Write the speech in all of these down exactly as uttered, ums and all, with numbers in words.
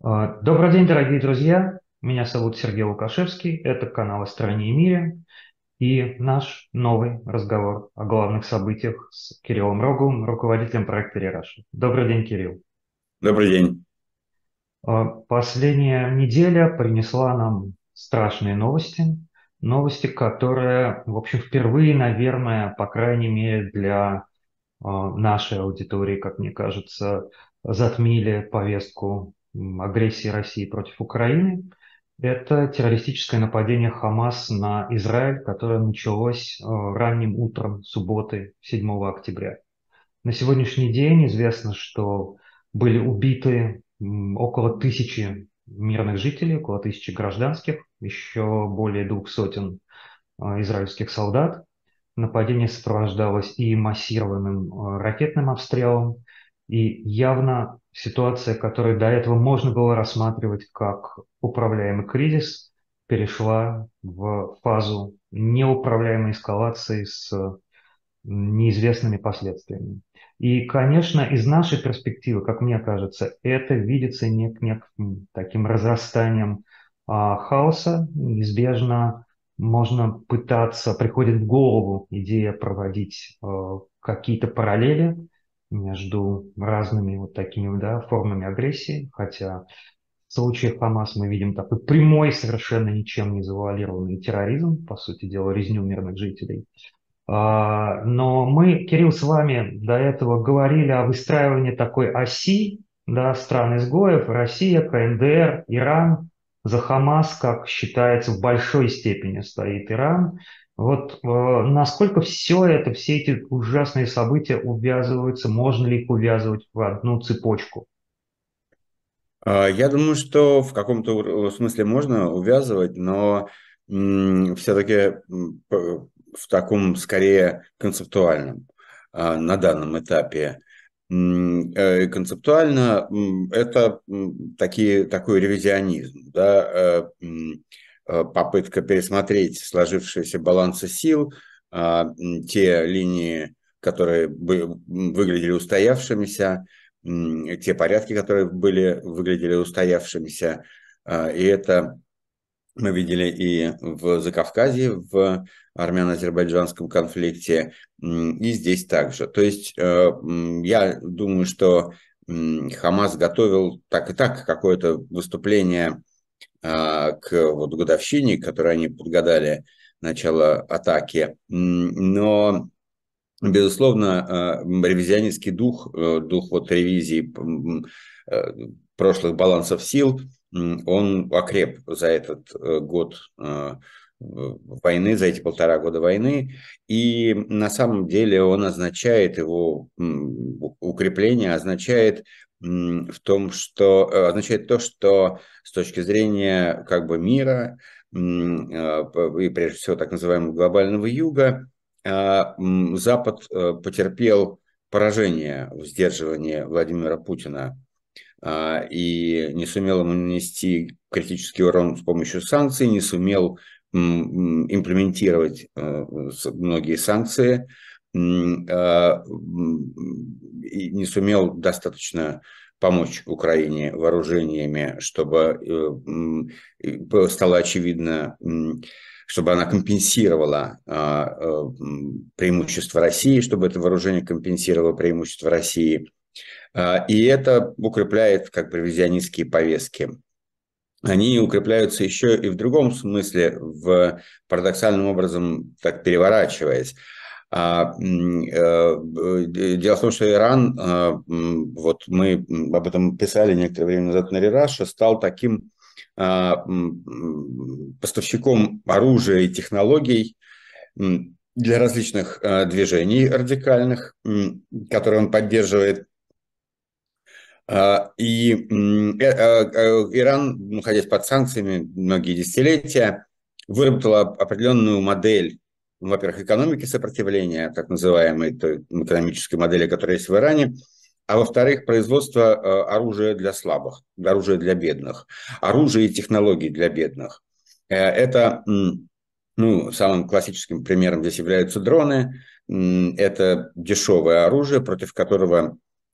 А, Добрый день, дорогие друзья! Меня зовут Сергей Лукашевский, это канал «О стране и мире» и наш новый разговор о главных событиях с Кириллом Роговым, руководителем проекта «Рераша». Добрый день, Кирилл! Добрый день. А, Последняя неделя принесла нам страшные новости, новости, которые, в общем, впервые, наверное, по крайней мере для а, нашей аудитории, как мне кажется, затмили повестку м, агрессии России против Украины. Это террористическое нападение Хамас на Израиль, которое началось э, ранним утром субботы, седьмого октября. На сегодняшний день известно, что были убиты м, около тысячи мирных жителей, около тысячи гражданских, еще более двух сотен э, израильских солдат. Нападение сопровождалось и массированным э, ракетным обстрелом, и явно ситуация, которую до этого можно было рассматривать как управляемый кризис, перешла в фазу неуправляемой эскалации с неизвестными последствиями. И, конечно, из нашей перспективы, как мне кажется, это видится нек- неким таким разрастанием а, хаоса. Неизбежно можно пытаться, приходит в голову идея проводить а, какие-то параллели между разными вот такими, да, формами агрессии, хотя в случае Хамас мы видим такой прямой, совершенно ничем не завуалированный терроризм, по сути дела, резню мирных жителей. А, Но мы, Кирилл, с вами до этого говорили о выстраивании такой оси, да, стран-изгоев: Россия, КНДР, Иран. За Хамас, как считается, в большой степени стоит Иран. Вот э, насколько все это, все эти ужасные события увязываются, можно ли их увязывать в одну цепочку? А, Я думаю, что в каком-то ур- смысле можно увязывать, но все-таки в таком скорее концептуальном а, на данном этапе. М, э, Концептуально м, это м, такие, такой ревизионизм, да, э, м, э, попытка пересмотреть сложившиеся балансы сил, а, м, те линии, которые бы- м, выглядели устоявшимися, м, те порядки, которые были, выглядели устоявшимися. А, И это мы видели и в Закавказье, в армяно-азербайджанском конфликте, м, и здесь также. То есть э, м, я думаю, что м, Хамас готовил так и так какое-то выступление а, к вот годовщине, которой они подгадали начало атаки. М, Но безусловно, э, ревизионистский дух, э, дух вот ревизии м, э, прошлых балансов сил, м, он окреп за этот э, год э, войны, за эти полтора года войны, и на самом деле он означает, его м, укрепление означает м, в том, что э, означает то, что с точки зрения как бы мира м, э, и прежде всего так называемого глобального юга, а, м, Запад э, потерпел поражение в сдерживании Владимира Путина а, и не сумел ему нанести критический урон с помощью санкций, не сумел м, м, имплементировать э, с- многие санкции, м, а, м, и не сумел достаточно помочь Украине вооружениями, чтобы э, м, и стало очевидно, м, чтобы она компенсировала а, э, м, преимущество России, чтобы это вооружение компенсировало преимущество России. А, И это укрепляет как бы ревизионистские повестки. Они укрепляются еще и в другом смысле, в парадоксальным образом так переворачиваясь. А, м, э, э, Дело в том, что Иран, а, м, вот мы об этом писали некоторое время назад на Рераше, стал таким а, м, м, поставщиком оружия и технологий м, для различных а, движений радикальных, м, которые он поддерживает. А, И м, э, э, э, Иран, находясь под санкциями многие десятилетия, выработал оп- определенную модель, ну, во-первых, экономики сопротивления, так называемой той экономической модели, которая есть в Иране, а во-вторых, производство э, оружия для слабых, оружия для бедных, оружия и технологий для бедных. Э, Это, м, ну, самым классическим примером здесь являются дроны. М, Это дешевое оружие, против которого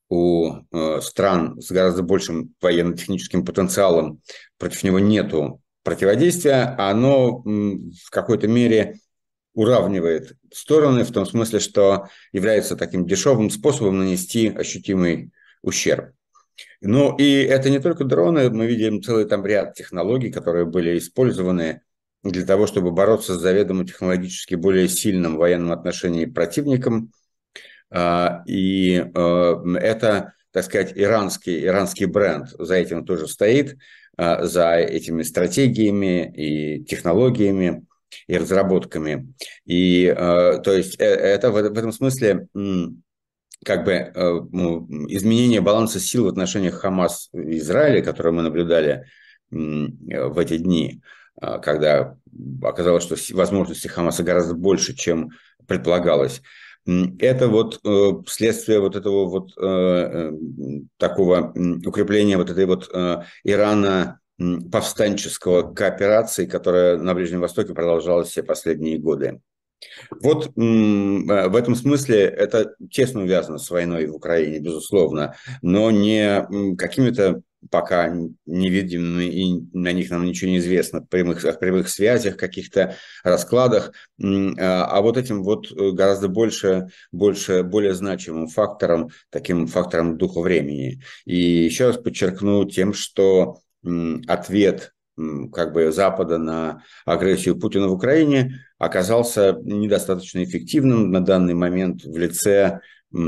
у э, стран с гораздо большим военно-техническим потенциалом, против него нету противодействия, оно м, в какой-то мере уравнивает стороны в том смысле, что является таким дешевым способом нанести ощутимый ущерб. Ну и это не только дроны, мы видим целый там ряд технологий, которые были использованы для того, чтобы бороться с заведомо технологически более сильным в военном отношении противником. А, И э, это, так сказать, иранский, иранский бренд за этим тоже стоит, а, за этими стратегиями и технологиями и разработками. И э, то есть э, это в в этом смысле м, как бы э, ну, изменение баланса сил в отношениях Хамас и Израиля, которое мы наблюдали м, э, в эти дни, э, когда оказалось, что с- возможности Хамаса гораздо больше, чем предполагалось. М, Это вот э, следствие вот этого вот э, э, такого м, укрепления вот этой вот э, Ирана м, повстанческого кооперации, которая на Ближнем Востоке продолжалась все последние годы. Вот м, э, в этом смысле это тесно увязано с войной в Украине, безусловно, но не м, какими-то пока невидимыми, и на них нам ничего не известно, прямых, о прямых связях, каких-то раскладах, м, а а вот этим вот э, гораздо больше, больше, более значимым фактором, таким фактором духа времени. И еще раз подчеркну тем, что м, ответ м, как бы Запада на агрессию Путина в Украине оказался недостаточно эффективным на данный момент в лице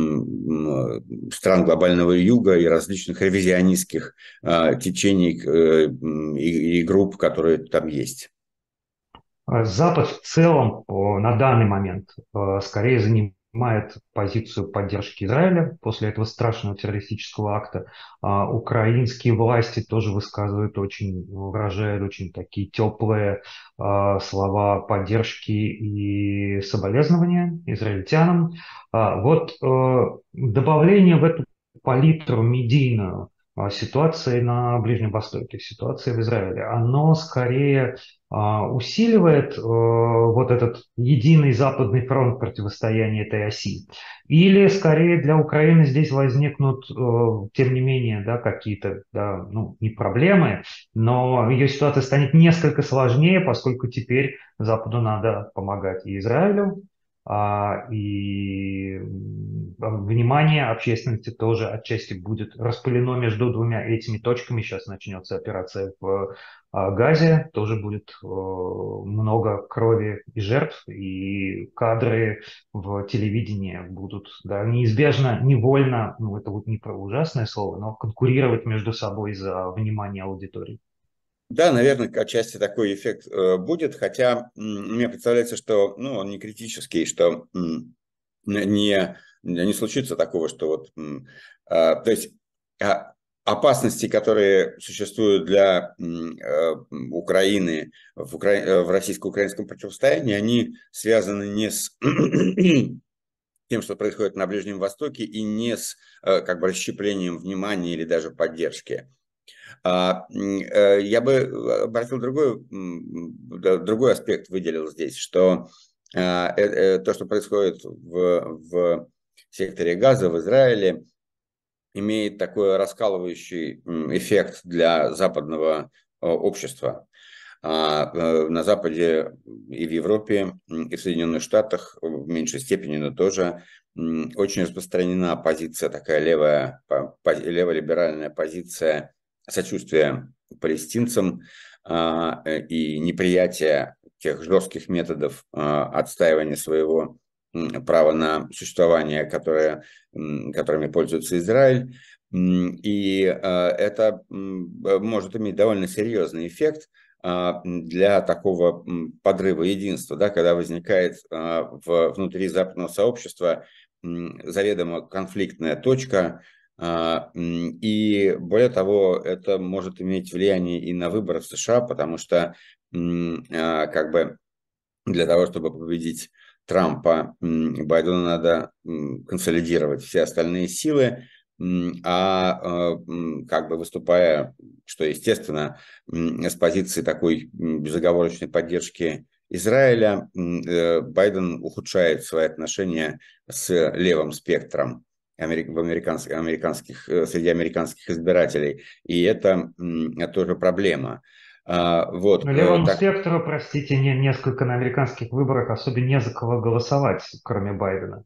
стран глобального юга и различных ревизионистских а, течений э, и, и групп, которые там есть. А Запад в целом э, на данный момент э, скорее занимает позицию поддержки Израиля после этого страшного террористического акта. А Украинские власти тоже высказывают очень, выражают очень такие теплые э, слова поддержки и соболезнования израильтянам. А Вот э, добавление в эту палитру медийную э, ситуации на Ближнем Востоке, ситуации в Израиле, оно скорее а, усиливает э, вот этот единый западный фронт противостояния этой оси? Или скорее для Украины здесь возникнут, э, тем не менее, да, какие-то, да, ну, не проблемы, но ее ситуация станет несколько сложнее, поскольку теперь Западу надо помогать и Израилю, а, и м, внимание общественности тоже отчасти будет распылено между двумя этими точками. Сейчас начнется операция в а Газе, тоже будет э, много крови и жертв, и кадры в телевидении будут, да, неизбежно, невольно, ну это вот не про ужасное слово, но конкурировать между собой за внимание аудитории. Да, наверное, отчасти такой эффект э, будет, хотя м, мне представляется, что ну, он не критический, что м, не, не случится такого, что вот, м, а, то есть а, опасности, которые существуют для м, э, Украины в, укра... э, в российско-украинском противостоянии, они связаны не с тем, что происходит на Ближнем Востоке, и не с э, как бы расщеплением внимания или даже поддержки. А, э, Я бы обратил другой, другой аспект, выделил здесь, что а, э, э, то, что происходит в, в секторе Газа, в Израиле, имеет такой раскалывающий эффект для западного э, общества. А э, на Западе и в Европе, и в Соединенных Штатах в меньшей степени, но тоже очень распространена позиция, такая левая, леволиберальная позиция сочувствия палестинцам а, э, и неприятия тех жестких методов а, отстаивания своего права на существование, которое, которыми пользуется Израиль. И а, это может иметь довольно серьезный эффект для такого подрыва единства, да, когда возникает в, внутри западного сообщества заведомо конфликтная точка, и более того, это может иметь влияние и на выборы в США, потому что как бы для того, чтобы победить Трампа, Байдену надо консолидировать все остальные силы, а как бы выступая, что естественно, с позиции такой безоговорочной поддержки Израиля, э, Байден ухудшает свои отношения с левым спектром. америк- в американских, американских, э, среди американских избирателей. И это, м, это тоже проблема. А, Вот, э, Левому так, спектру, простите, не, несколько на американских выборах особо не за кого голосовать, кроме Байдена.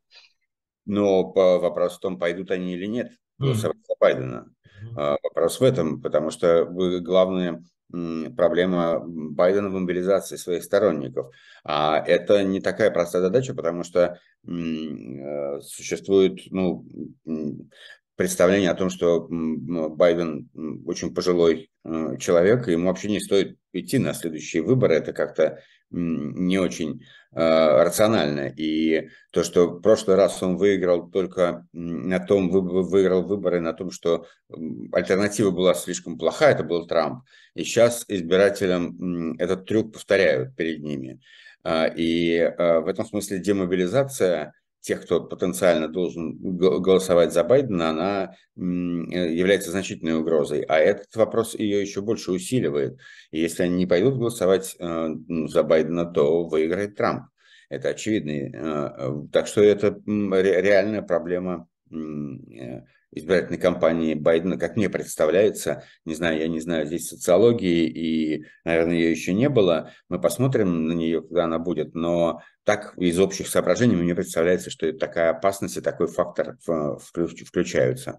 но по вопрос в том, пойдут они или нет голосовать М. за Байдена. А, Вопрос в этом, потому что вы- главная м, проблема Байдена в мобилизации своих сторонников. А это не такая простая задача, потому что м, э, существует, ну, м, представление о том, что м, Байден м, очень пожилой э, человек, и ему вообще не стоит идти на следующие выборы. Это как-то м, не очень э, рационально. И то, что в прошлый раз он выиграл только на том, вы- вы- выиграл выборы на том, что м, альтернатива была слишком плохая, это был Трамп. И сейчас избирателям м, этот трюк повторяют перед ними. А, И а, в этом смысле демобилизация тех, кто потенциально должен г- голосовать за Байдена, она м, э, является значительной угрозой. А этот вопрос ее еще больше усиливает. И если они не пойдут голосовать э, м, за Байдена, то выиграет Трамп. Это очевидно. Э, э, Так что это м, ре- реальная проблема м, э, избирательной кампании Байдена, как мне представляется. Не знаю, я не знаю здесь социологии, и, наверное, ее еще не было. Мы посмотрим на нее, когда она будет. Но так из общих соображений мне представляется, что это такая опасность и такой фактор в- включ- включаются.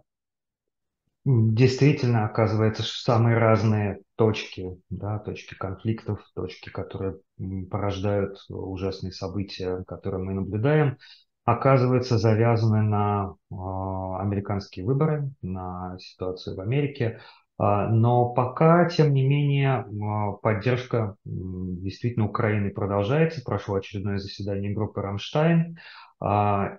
Действительно, оказывается, что самые разные точки, да, точки конфликтов, точки, которые м, порождают ужасные события, которые мы наблюдаем, оказывается, завязаны на э, американские выборы, на ситуацию в Америке. А, Но пока, тем не менее, э, поддержка м, действительно Украины продолжается. Прошло очередное заседание группы «Рамштайн». А,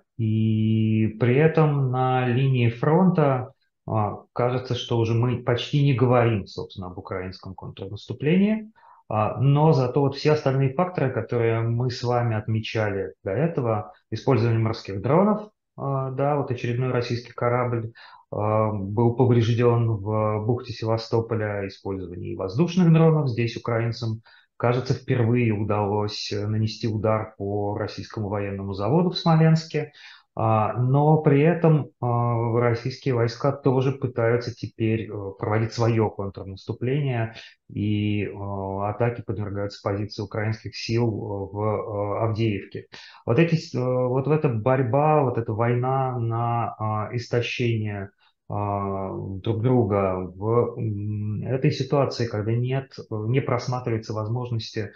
И при этом на линии фронта а, кажется, что уже мы почти не говорим, собственно, об украинском контрнаступлении, а, но зато вот все остальные факторы, которые мы с вами отмечали до этого, использование морских дронов, а, да, вот очередной российский корабль а, был поврежден в бухте Севастополя, использование и воздушных дронов, здесь украинцам, кажется, впервые удалось нанести удар по российскому военному заводу в Смоленске. А, Но при этом а, российские войска тоже пытаются теперь э, проводить свое контрнаступление, и э, атаки подвергаются позиции украинских сил э, в э, Авдеевке. Вот эти, с- э, вот в эта борьба, вот эта война на а, истощение а, друг друга в м, этой ситуации, когда нет, э, не просматривается возможности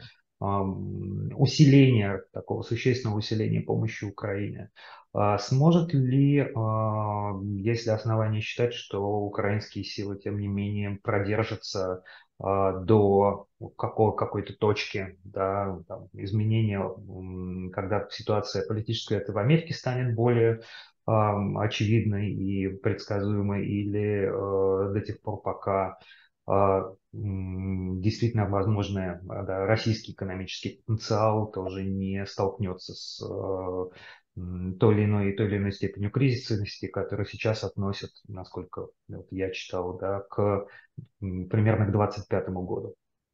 ам, усиления, такого существенного усиления помощи Украине. А Сможет ли, а, есть ли основания считать, что украинские силы, тем не менее, продержатся а, до какой- какой-то точки, да, там, изменения, м, когда ситуация политическая это в Америке станет более ам, очевидной и предсказуемой, или э, до тех пор, пока а, м, действительно возможно, а, да, российский экономический потенциал тоже не столкнется с э, м, той или иной, той или иной степенью кризисности, которые сейчас относят, насколько вот я читал, да, к м, примерно к двадцать пятому году.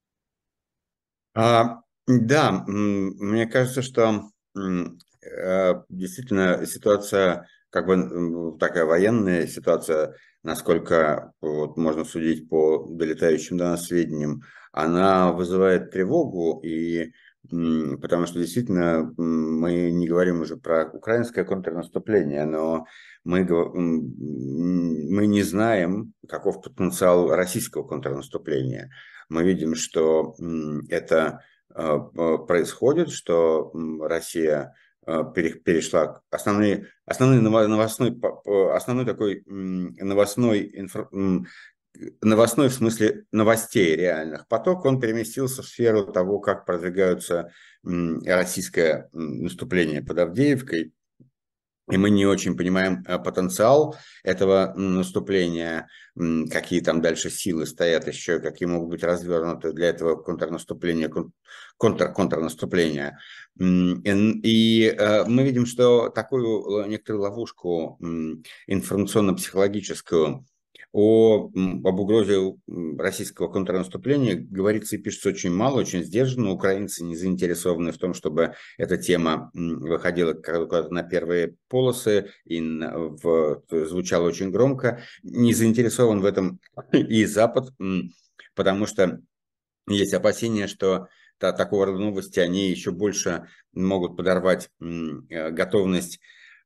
А, да, м, мне кажется, что м, э, действительно ситуация, как бы м, такая военная ситуация, насколько вот, можно судить по долетающим до нас сведениям, она вызывает тревогу, и м, потому что действительно м, мы не говорим уже про украинское контрнаступление, но мы, гов- м, мы не знаем, каков потенциал российского контрнаступления. Мы видим, что м, это э, э, происходит, что м, Россия э, пере- перешла к- основные, основной ново- новостной, по- по- основной такой м, новостной, инфра- м, новостной в смысле новостей реальных поток, он переместился в сферу того, как продвигаются м, российское м, наступление под Авдеевкой, и мы не очень понимаем э, потенциал этого м, наступления, м, какие там дальше силы стоят еще, какие могут быть развернуты для этого контрнаступления, кон- контр-контрнаступления. М, ин- И э, мы видим, что такую э, некоторую ловушку м, информационно-психологическую О, об угрозе российского контрнаступления говорится и пишется очень мало, очень сдержанно. Украинцы не заинтересованы в том, чтобы эта тема выходила куда-то на первые полосы и в, звучала очень громко. Не заинтересован в этом и Запад, потому что есть опасения, что такого рода новости, они еще больше могут подорвать готовность,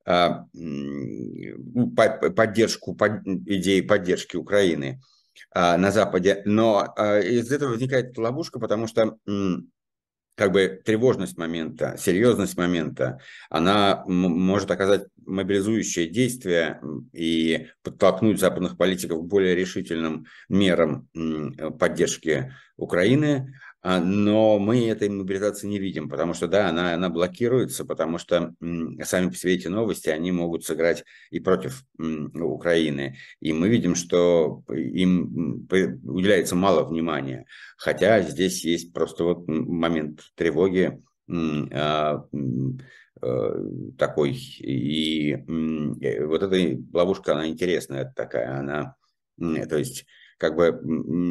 поддержку, идеи поддержки Украины на Западе. Но из этого возникает ловушка, потому что как бы тревожность момента, серьезность момента, она может оказать мобилизующее действие и подтолкнуть западных политиков к более решительным мерам поддержки Украины. Но мы этой мобилизации не видим, потому что, да, она, она блокируется, потому что сами по себе эти новости, они могут сыграть и против Украины. И мы видим, что им уделяется мало внимания. Хотя здесь есть просто вот момент тревоги такой. И вот эта ловушка, она интересная такая. Она, то есть, как бы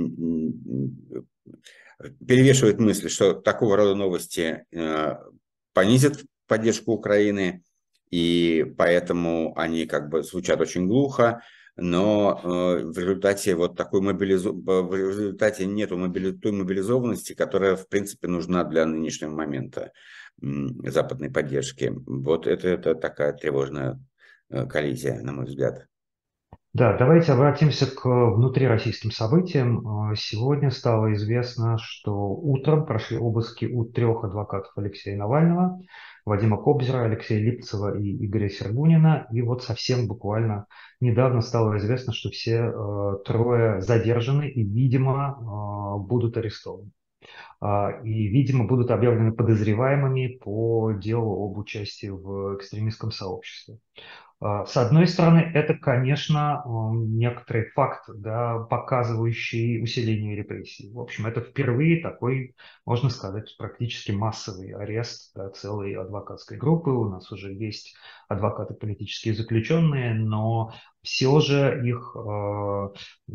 перевешивает мысль, что такого рода новости понизят поддержку Украины, и поэтому они как бы звучат очень глухо, но в результате вот такой мобилизо... в результате нету мобили... той мобилизованности, которая, в принципе, нужна для нынешнего момента западной поддержки. Вот это, это такая тревожная коллизия, на мой взгляд. Да, давайте обратимся к внутрироссийским событиям. Сегодня стало известно, что утром прошли обыски у трех адвокатов Алексея Навального: Вадима Кобзера, Алексея Липцева и Игоря Сергунина. И вот совсем буквально недавно стало известно, что все э, трое задержаны и, видимо, э, будут арестованы. Э, и, видимо, будут объявлены подозреваемыми по делу об участии в экстремистском сообществе. С одной стороны, это, конечно, некоторый факт, да, показывающий усиление репрессий. В общем, это впервые такой, можно сказать, практически массовый арест, да, целой адвокатской группы. У нас уже есть адвокаты политические заключенные, но все же их э,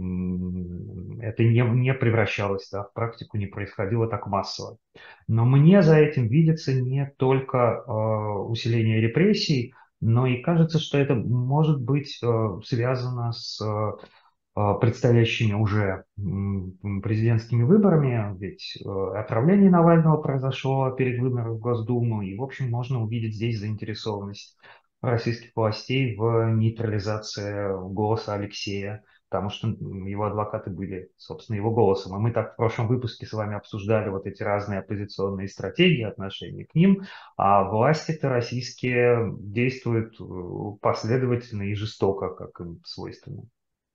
это не, не превращалось, да, в практику, не происходило так массово. Но мне за этим видится не только э, усиление репрессий, но и кажется, что это может быть э, связано с э, предстоящими уже м, президентскими выборами, ведь э, отравление Навального произошло перед выборами в Госдуму, и, в общем, можно увидеть здесь заинтересованность российских властей в нейтрализации голоса Алексея, потому что его адвокаты были, собственно, его голосом. И мы так в прошлом выпуске с вами обсуждали вот эти разные оппозиционные стратегии, отношения к ним, а власти-то российские действуют э, последовательно и жестоко, как им свойственно.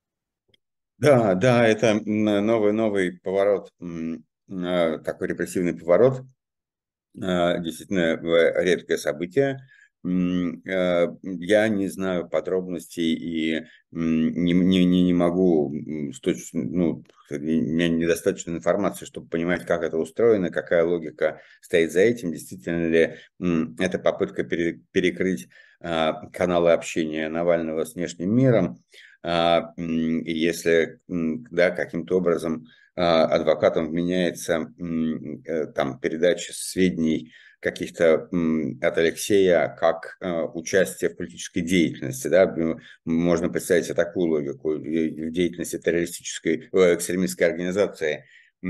Да, да, это новый, новый поворот, такой репрессивный поворот. Действительно редкое событие. Я не знаю подробностей и не, не, не могу, ну, у меня недостаточно информации, чтобы понимать, как это устроено, какая логика стоит за этим. Действительно ли это попытка перекрыть каналы общения Навального с внешним миром, если, да, каким-то образом адвокатам вменяется там передача сведений каких-то от Алексея как участие в политической деятельности, да, можно представить себе такую логику в деятельности террористической, экстремистской организации.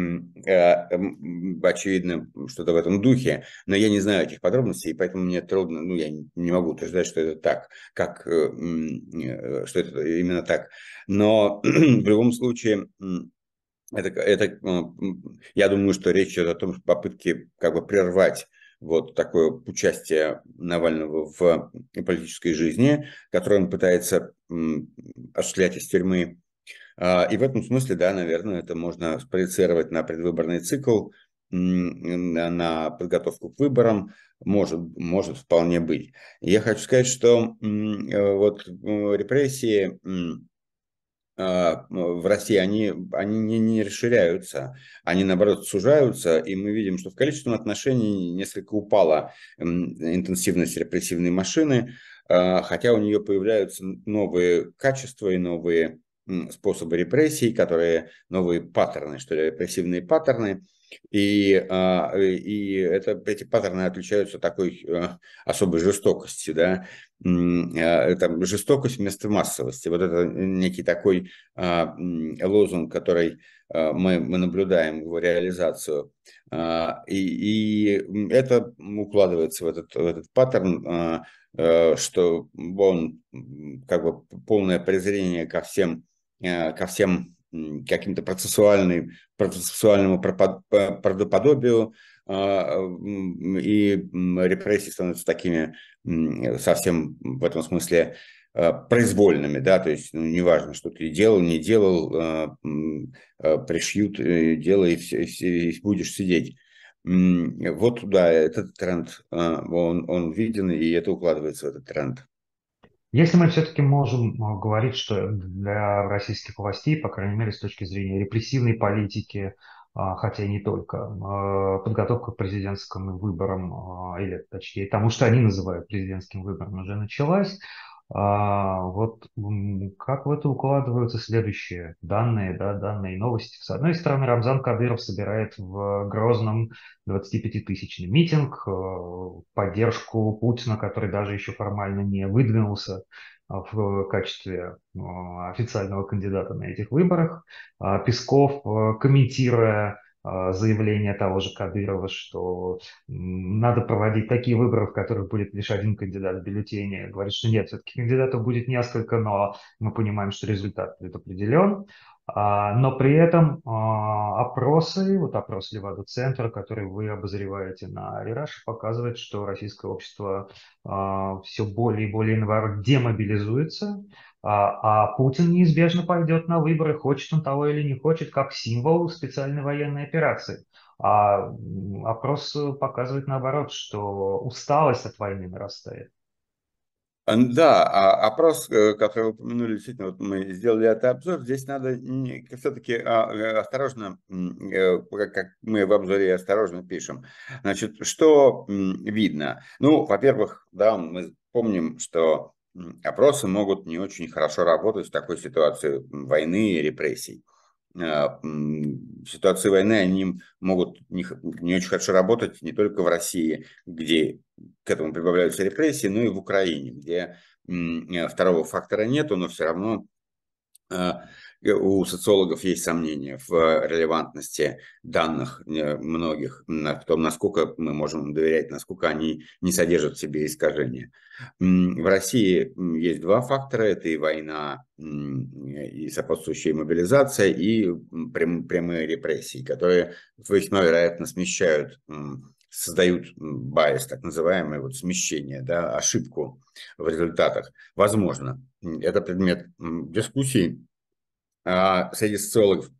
Очевидно, что-то в этом духе, но я не знаю этих подробностей, и поэтому мне трудно, ну, я не могу утверждать, что это так, как, что это именно так. Но в любом случае, это, это, я думаю, что речь идет о том, что попытки как бы прервать вот такое участие Навального в политической жизни, которое он пытается осуществлять из тюрьмы. И в этом смысле, да, наверное, это можно спроецировать на предвыборный цикл, на подготовку к выборам, может, может вполне быть. Я хочу сказать, что вот репрессии в России, они, они не, не расширяются, они, наоборот, сужаются, и мы видим, что в количественном отношении несколько упала интенсивность репрессивной машины, хотя у нее появляются новые качества и новые способы репрессий, которые новые паттерны, что ли, репрессивные паттерны. И, и это, эти паттерны отличаются такой особой жестокостью, да, это жестокость вместо массовости. Вот это некий такой лозунг, который мы, мы наблюдаем, его реализацию. И, и это укладывается в этот, в этот паттерн, что он как бы полное презрение ко всем, ко всем каким-то процессуальным, процессуальному правдоподобию, и репрессии становятся такими совсем в этом смысле произвольными, да, то есть ну, неважно, что ты делал, не делал, пришьют дело и, все, и будешь сидеть. Вот, да, этот тренд, он, он виден, и это укладывается в этот тренд. Если мы все-таки можем э, говорить, что для российских властей, по крайней мере, с точки зрения репрессивной политики, а, хотя и не только, э, подготовка к президентским выборам, а, или точнее тому, что они называют президентским выбором, уже началась. А, Вот м, как в это укладываются следующие данные, да, данные новости? С одной стороны, Рамзан Кадыров собирает в Грозном двадцатипятитысячный митинг э, в поддержку Путина, который даже еще формально не выдвинулся а, в качестве э, официального кандидата на этих выборах. А Песков, э, комментируя э, заявление того же Кадырова, что м, надо проводить такие выборы, в которых будет лишь один кандидат в бюллетене, говорит, что нет, все-таки кандидатов будет несколько, но мы понимаем, что результат предопределен. А, Но при этом а, опросы, вот опрос Левада-центра, который вы обозреваете на Рераше, показывает, что российское общество все более и более, наоборот, демобилизуется, а, а Путин неизбежно пойдет на выборы, хочет он того или не хочет, как символ специальной военной операции. А м, опрос показывает наоборот, что усталость от войны нарастает. А, Да, а опрос, э, который вы упомянули, действительно, вот мы сделали этот обзор, здесь надо все-таки осторожно, м, э, как как мы в обзоре осторожно пишем. Значит, что м, видно? Ну, во-первых, да, мы помним, что м, опросы могут не очень хорошо работать в такой ситуации м, войны и репрессий. А, м, ситуации войны, они могут не, х- не очень хорошо работать не только в России, где к этому прибавляются репрессии, но и в Украине, где м, э, второго фактора нету, но все равно а, э, у социологов есть сомнения в релевантности данных э, многих, на- в том, насколько мы можем им доверять, насколько они не содержат в себе искажения. М, В России м, есть два фактора. Это и война, м, и сопутствующая мобилизация, и м, прям- прямые репрессии, которые весьма вероятно смещают, м, создают м, байс, так называемое вот смещение, да, ошибку в результатах. Возможно, м, это предмет м, дискуссий а, среди социологов.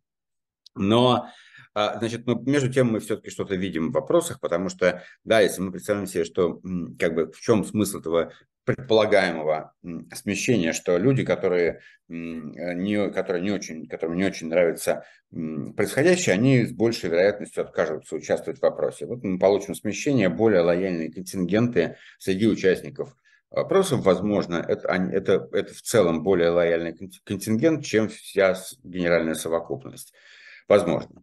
Но, а, значит, но между тем мы все-таки что-то видим в вопросах, потому что, да, если мы представим себе, что м, как бы в чем смысл этого предполагаемого м, смещения, что люди, которые м, э, не, которые не очень, которым не очень нравится м, происходящее, они с большей вероятностью откажутся участвовать в вопросе. Вот мы получим смещение, более лояльные контингенты среди участников вопросов, возможно, это, они- это, это в целом более лояльный конти- контингент, чем вся с- генеральная совокупность. Возможно.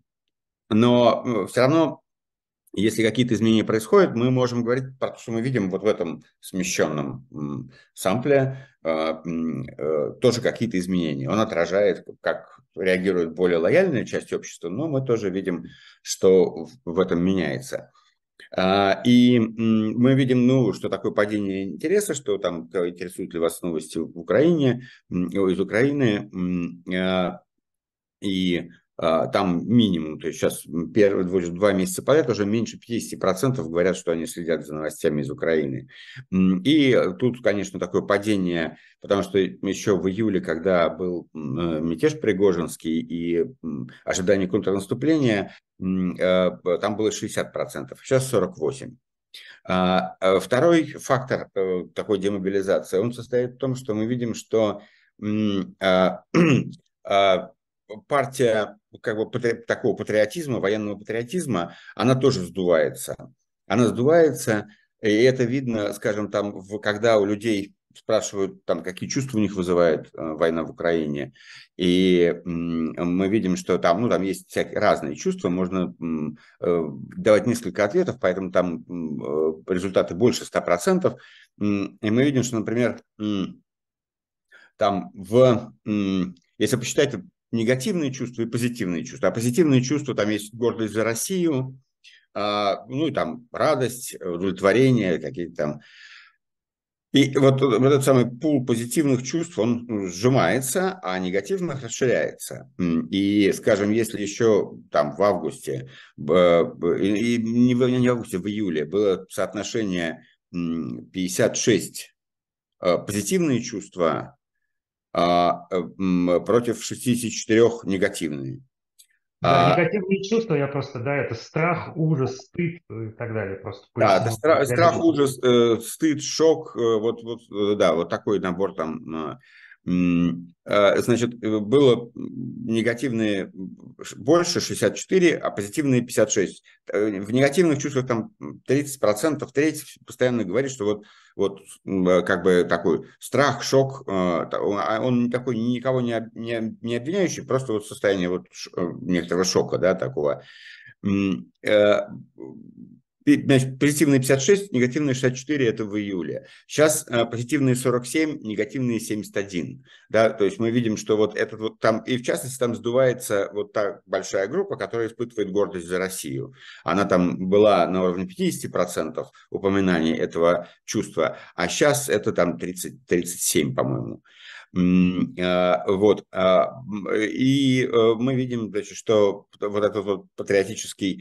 Но все равно, если какие-то изменения происходят, мы можем говорить про то, что мы видим вот в этом смещенном м, сампле э, м, э, тоже какие-то изменения. Он отражает, как реагирует более лояльная часть общества, но мы тоже видим, что в в этом меняется. А, И м, мы видим, ну, что такое падение интереса, что там э, интересуют ли вас новости в Украине, м, о, из Украины, м, а, и а, там минимум, то есть сейчас первые два, два месяца подряд уже меньше пятьдесят процентов говорят, что они следят за новостями из Украины. М, И тут, конечно, такое падение, потому что еще в июле, когда был м, э, мятеж Пригожинский и м, ожидание контрнаступления, м, э, там было шестьдесят процентов, сейчас сорок восемь процентов. А, а Второй фактор э, такой демобилизации, он состоит в том, что мы видим, что м, а, а, партия как бы патри- такого патриотизма, военного патриотизма, она тоже сдувается. Она сдувается, и это видно, скажем, там, в- когда у людей спрашивают, там, какие чувства у них вызывает э, война в Украине. И м, мы видим, что там, ну, там есть всякие разные чувства, можно м, э, давать несколько ответов, поэтому там м, э, результаты больше ста процентов. М, И мы видим, что, например, м, там в, м, если посчитать негативные чувства и позитивные чувства, а позитивные чувства, там есть гордость за Россию, а, ну и там радость, удовлетворение, какие-то там. И вот, вот этот самый пул позитивных чувств, он ну, сжимается, а негативных расширяется. М, И, скажем, если еще там в августе, б- б- и и не в, не в августе, в июле было соотношение м, пятьдесят шесть э, позитивные чувства а, э, м, против шестьдесят четыре негативные. Да, А, негативные чувства, я просто, да, это страх, ужас, стыд и так далее. Просто Да, это поясню стра- для страх, новичков. ужас, э, стыд, шок, э, вот, вот, э, да, вот такой набор там. э, м, э, Значит, э, было негативные ш- больше шестьдесят четыре, а позитивные пятьдесят шесть. Э, В негативных чувствах там тридцать процентов, треть постоянно говорит, что вот, вот м, э, как бы такой страх, шок, э, та- он а он такой никого не, об- не, об- не обвиняющий, просто вот состояние вот ш- э, некоторого шока, да, такого. М, э, пи- Значит, позитивные пятьдесят шесть, негативные шестьдесят четыре это в июле. Сейчас э, позитивные сорок семь, негативные семьдесят один. Да, то есть мы видим, что вот этот вот там, и в частности там сдувается вот та большая группа, которая испытывает гордость за Россию. Она там была на уровне пятьдесят процентов упоминаний этого чувства, а сейчас это там тридцать тридцать семь, по-моему. М, а, Вот. а, м, И э, мы видим, значит, что вот этот вот патриотический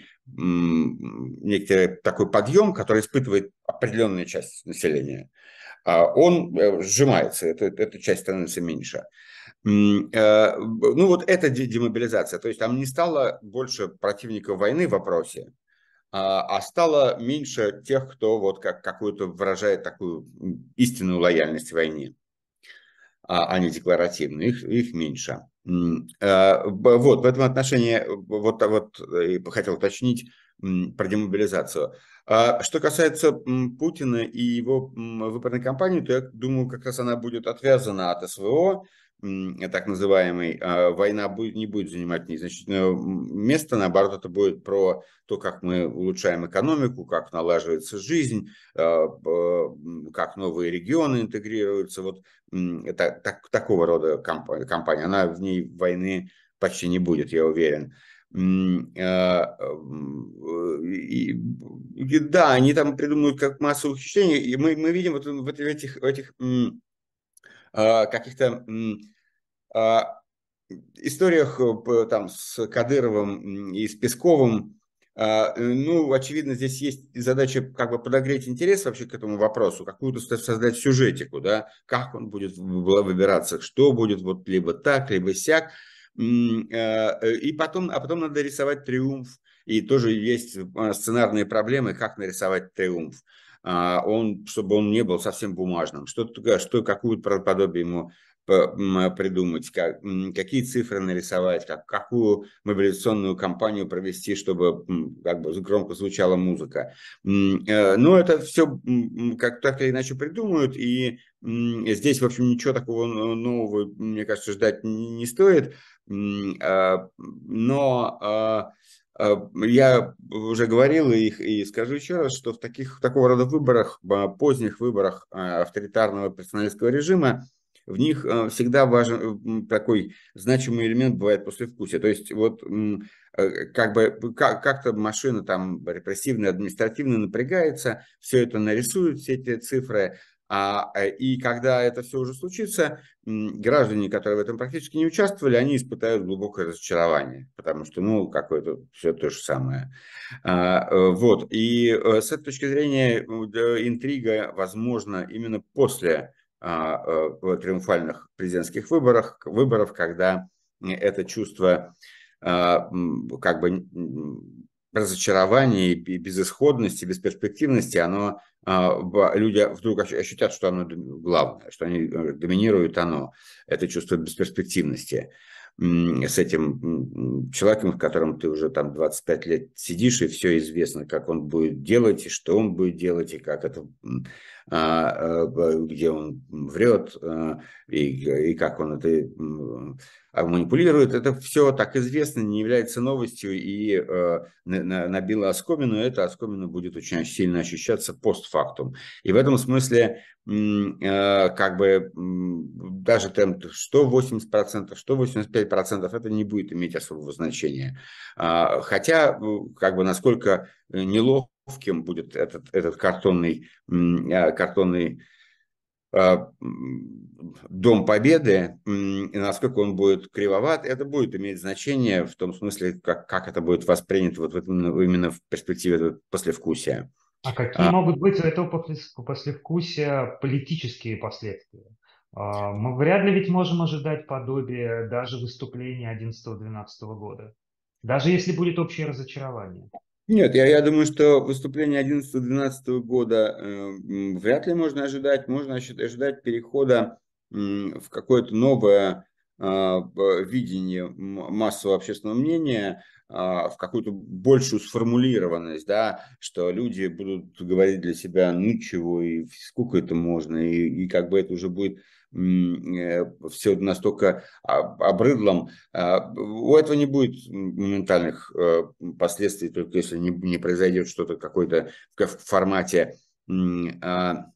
м, некий такой подъем, который испытывает определенная часть населения, а, он э, сжимается, это, эта часть становится меньше. М, э, Ну вот это де- демобилизация, то есть там не стало больше противников войны в вопросе, а а стало меньше тех, кто вот как какую-то выражает такую м, истинную лояльность войне, а, а не декларативные, их, их меньше. М, э, б- Вот, в этом отношении э, вот, вот э, и хотел уточнить м, про демобилизацию. А Что касается м, Путина и его м, выборной кампании, то я думаю, как раз она будет отвязана от СВО, м, так называемой. А Война будет, не будет занимать незначительное м, место, наоборот, это будет про то, как мы улучшаем экономику, как налаживается жизнь, э, б- как новые регионы интегрируются. Вот это так, такого рода кампания, компания. Она в ней войны почти не будет, я уверен. М, э, м, и- и Да, они там придумывают как массу ухищрений, и мы, мы видим вот в этих, в этих м, э, каких-то м, а, историях э, п- там с Кадыровым м, и с Песковым, а, э, ну, очевидно, здесь есть задача как бы подогреть интерес вообще к этому вопросу, какую-то со- создать сюжетику, да, как он будет в- выбираться, что будет вот либо так, либо сяк. М, э, э, И потом, а потом надо рисовать триумф. И тоже есть э, сценарные проблемы, как нарисовать триумф. А, Он, чтобы он не был совсем бумажным, что-то, что, какую-то правдоподобие ему п- м, придумать, как, м, какие цифры нарисовать, как, какую мобилизационную кампанию провести, чтобы м, как бы громко звучала музыка. М, э, Но это все как так или иначе придумают, и м, здесь, в общем, ничего такого н- нового, мне кажется, ждать не не стоит. М, а, Но а, а, я уже говорил и, и скажу еще раз, что в таких такого рода выборах, а, поздних выборах а, авторитарного персоналистского режима, в них э, всегда важен м, такой значимый элемент бывает послевкусие. То есть вот м, э, как бы как- как-то машина там репрессивная, административная напрягается, все это нарисует, все эти цифры, а, э, и когда это все уже случится, м, граждане, которые в этом практически не участвовали, они испытают глубокое разочарование, потому что, ну, какое-то все то же самое. А, э, Вот, и э, с этой точки зрения э, да, интрига возможна именно после а, э, триумфальных президентских выборах, выборов, когда это чувство а, м, как бы м, разочарования и безысходности, бесперспективности, оно а, б- люди вдруг ощ- ощутят, что оно дом- главное, что они э, доминирует оно, это чувство бесперспективности м, с этим м, человеком, с которым ты уже там двадцать пять лет сидишь, и все известно, как он будет делать, и что он будет делать, и как это, м, а, а, где он врет, э, и, и как он это м, а, манипулирует, это все так известно, не является новостью, и э, на- на- набило оскомину, это оскомину будет очень сильно ощущаться постфактум. И в этом смысле м, э, как бы м, даже темп что восемьдесят процентов, что восемьдесят пять процентов, это не будет иметь особого значения. А, Хотя, э, как бы насколько неловким будет этот, этот картонный, м, э, картонный э, м, Дом Победы, м, и насколько он будет кривоват, это будет иметь значение в том смысле, как, как это будет воспринято вот в этом- именно в перспективе этого послевкусия. А какие А, могут быть у этого послес- послевкусия политические последствия? А, Мы вряд ли ведь можем ожидать подобия даже выступления одиннадцатого-двенадцатого года, даже если будет общее разочарование. Нет, я, я думаю, что выступление одиннадцатого-двенадцатого года э, м, вряд ли можно ожидать. Можно ожи- ожидать перехода м, в какое-то новое а, б- видение м- массового общественного мнения, а, в какую-то большую сформулированность, да, что люди будут говорить для себя, ну чего, и сколько это можно, и, и как бы это уже будет все настолько об- обрыдлом. А, У этого не будет моментальных э, последствий, только если не, не произойдет что-то какое-то в формате м, а,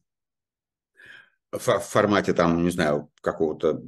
в формате там, не знаю, какого-то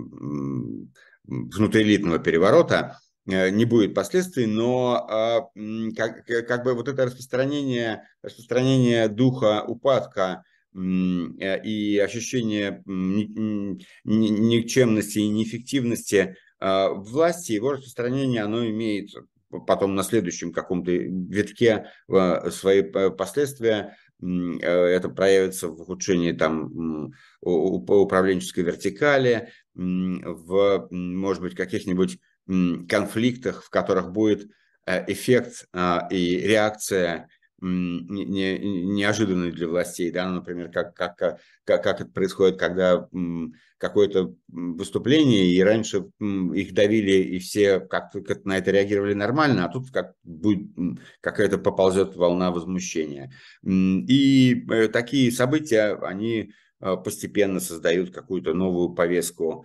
м, внутриэлитного переворота, э, не будет последствий, но а, м, как, как бы вот это распространение, распространение духа упадка м, э, и ощущение м, ни- м, ни- никчемности и неэффективности а, власти, его распространение, оно имеет потом на следующем каком-то витке э, свои э, последствия. М, э, Это проявится в ухудшении там у- у- управленческой вертикали, м, в, м, может быть, каких-нибудь м, конфликтах, в которых будет э, эффект а, и реакция м, не- не- неожиданные для властей, да, ну, например, как, как, как, как это происходит, когда м, какое-то м, выступление, и раньше м, их давили, и все как-то как на это реагировали нормально, а тут как будет м, какая-то поползет волна возмущения. М, И э, такие события, они э, постепенно создают какую-то новую повестку,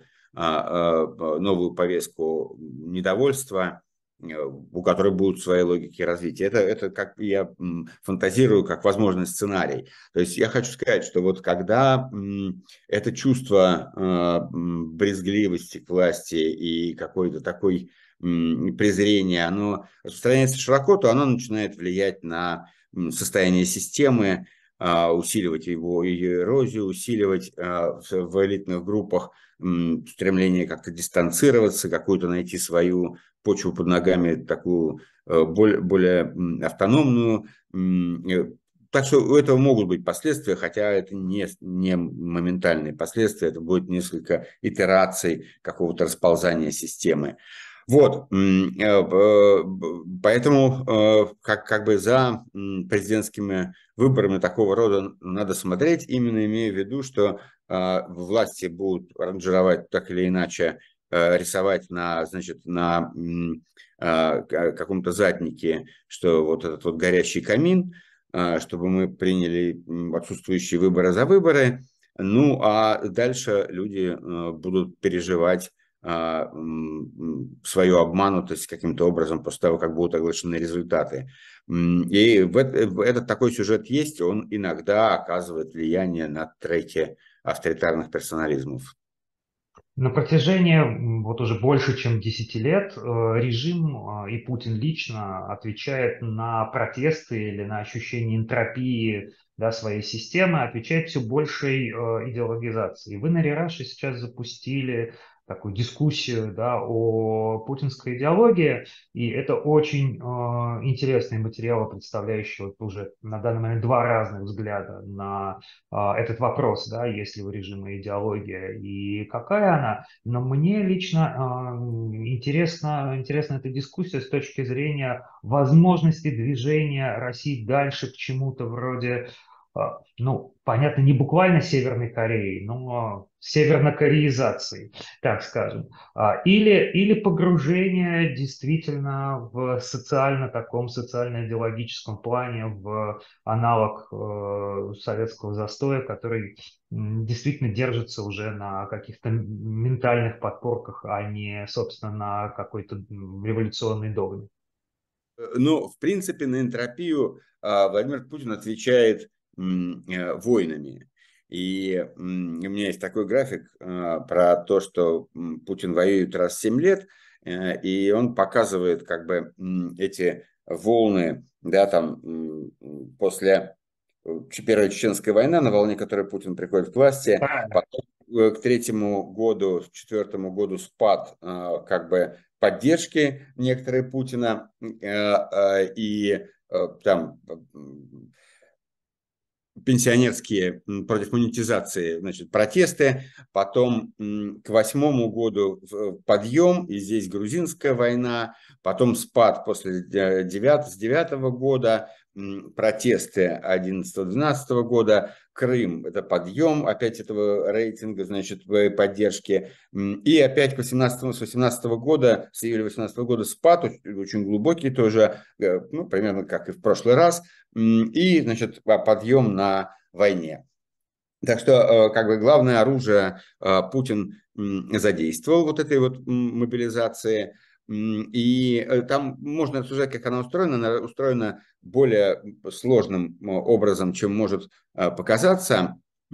а, а, новую повестку недовольства, э, у которой будут свои логики развития. Это, это как я м, фантазирую, как возможный сценарий. То есть я хочу сказать, что вот когда м, это чувство э, м, брезгливости к власти и какой-то такой м, презрение, оно распространяется широко, то оно начинает влиять на м, состояние системы, а, усиливать его ее эрозию, усиливать а, в, в элитных группах м, стремление как-то дистанцироваться, какую-то найти свою почву под ногами, такую э, более, более м, автономную. М, э, Так что у этого могут быть последствия, хотя это не, не моментальные последствия, это будет несколько итераций какого-то расползания системы. Вот, м, э, э, поэтому э, как, как бы за м, президентскими выборами такого рода надо смотреть, именно имея в виду, что э, власти будут ранжировать так или иначе, э, рисовать на, значит, на м, э, каком-то заднике, что вот этот вот горящий камин, э, чтобы мы приняли м, отсутствующие выборы за выборы. Ну, а дальше люди э, будут переживать а, м, свою обманутость каким-то образом после того, как будут оглашены результаты. М, И в эт- в этот такой сюжет есть, он иногда оказывает влияние на треки авторитарных персонализмов. На протяжении м, вот уже больше, чем десяти лет э, режим а, и Путин лично отвечает на протесты или на ощущение энтропии, да, своей системы, отвечает все большей э, идеологизацией. Вы на Рераше сейчас запустили такую дискуссию, да, о путинской идеологии, и это очень э, интересные материалы, представляющие вот уже на данный момент два разных взгляда на а, этот вопрос, да, есть ли у режима идеология и какая она. Но мне лично а, интересна, интересна эта дискуссия с точки зрения возможности движения России дальше к чему-то вроде а, ну, понятно, не буквально Северной Кореей, но севернокореизацией, так скажем. А, Или, или погружение действительно в социально таком, социально-идеологическом плане, в аналог э, советского застоя, который м, действительно держится уже на каких-то ментальных подпорках, а не, собственно, на какой-то м, революционной догме. Э, Ну, в принципе, на энтропию а, Владимир Путин отвечает м, э, войнами. И м, у меня есть такой график а, про то, что м, Путин воюет раз в семь лет, э, и он показывает как бы м, эти волны, да, там м, после э, Первая Чеченская война, на волне которой Путин приходит к власти, Правильно. потом э, к третьему году, к четвертому году спад а, как бы поддержки некоторые Путина э, э, и э, там пенсионерские против монетизации, значит, протесты, потом к восьмому году подъем, и здесь грузинская война, потом спад после девятого, с девятого года, протесты одиннадцатого-двенадцатого года, Крым – это подъем опять этого рейтинга, значит, поддержки, и опять к восемнадцатому, с восемнадцатого года, с июля восемнадцатого года спад, очень глубокий тоже, ну, примерно как и в прошлый раз, и, значит, подъем на войне. Так что, как бы, главное оружие Путин задействовал вот этой вот мобилизации. И там можно обсуждать, как она устроена. Она устроена более сложным образом, чем может показаться.